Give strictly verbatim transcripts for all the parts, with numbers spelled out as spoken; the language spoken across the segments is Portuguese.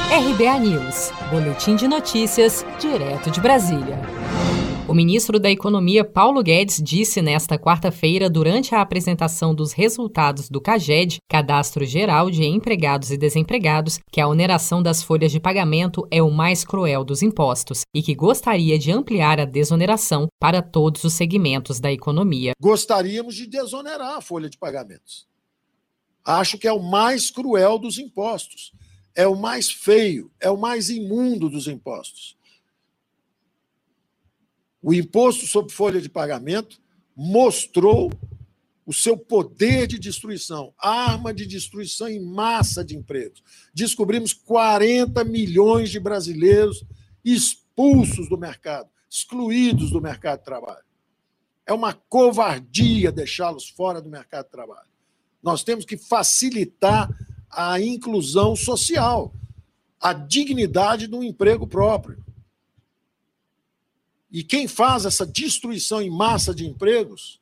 R B A News, boletim de notícias, direto de Brasília. O ministro da Economia, Paulo Guedes, disse nesta quarta-feira, durante a apresentação dos resultados do CAGED, Cadastro Geral de Empregados e Desempregados, que a oneração das folhas de pagamento é o mais cruel dos impostos e que gostaria de ampliar a desoneração para todos os segmentos da economia. Gostaríamos de desonerar a folha de pagamentos. Acho que é o mais cruel dos impostos. É o mais feio, é o mais imundo dos impostos. O imposto sobre folha de pagamento mostrou o seu poder de destruição, arma de destruição em massa de empregos. Descobrimos quarenta milhões de brasileiros expulsos do mercado, excluídos do mercado de trabalho. É uma covardia deixá-los fora do mercado de trabalho. Nós temos que facilitar a inclusão social, a dignidade do emprego próprio. E quem faz essa destruição em massa de empregos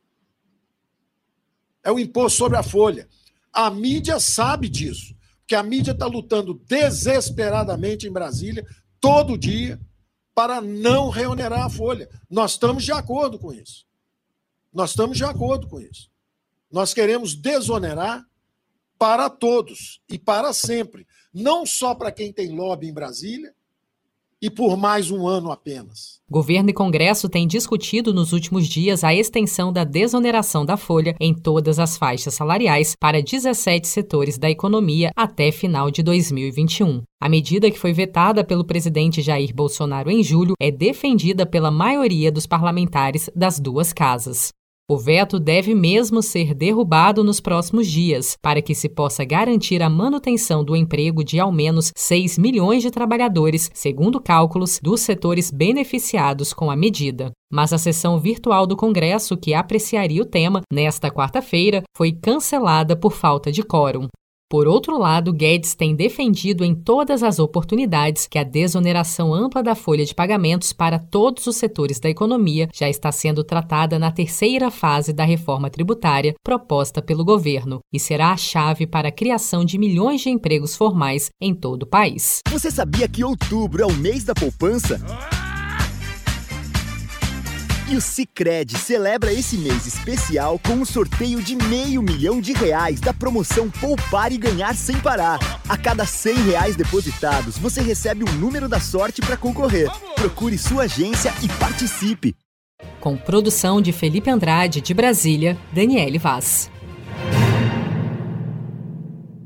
é o imposto sobre a folha. A mídia sabe disso, porque a mídia está lutando desesperadamente em Brasília, todo dia, para não reonerar a folha. Nós estamos de acordo com isso. Nós estamos de acordo com isso. Nós queremos desonerar para todos e para sempre. Não só para quem tem lobby em Brasília, e por mais um ano apenas. Governo e Congresso têm discutido nos últimos dias a extensão da desoneração da folha em todas as faixas salariais para dezessete setores da economia até final de dois mil e vinte e um. A medida, que foi vetada pelo presidente Jair Bolsonaro em julho, é defendida pela maioria dos parlamentares das duas casas. O veto deve mesmo ser derrubado nos próximos dias, para que se possa garantir a manutenção do emprego de ao menos seis milhões de trabalhadores, segundo cálculos dos setores beneficiados com a medida. Mas a sessão virtual do Congresso, que apreciaria o tema nesta quarta-feira, foi cancelada por falta de quórum. Por outro lado, Guedes tem defendido em todas as oportunidades que a desoneração ampla da folha de pagamentos para todos os setores da economia já está sendo tratada na terceira fase da reforma tributária proposta pelo governo e será a chave para a criação de milhões de empregos formais em todo o país. Você sabia que outubro é o mês da poupança? E o Sicredi celebra esse mês especial com um sorteio de meio milhão de reais da promoção Poupar e Ganhar Sem Parar. A cada cem reais depositados, você recebe um número da sorte para concorrer. Procure sua agência e participe. Com produção de Felipe Andrade, de Brasília, Daniele Vaz.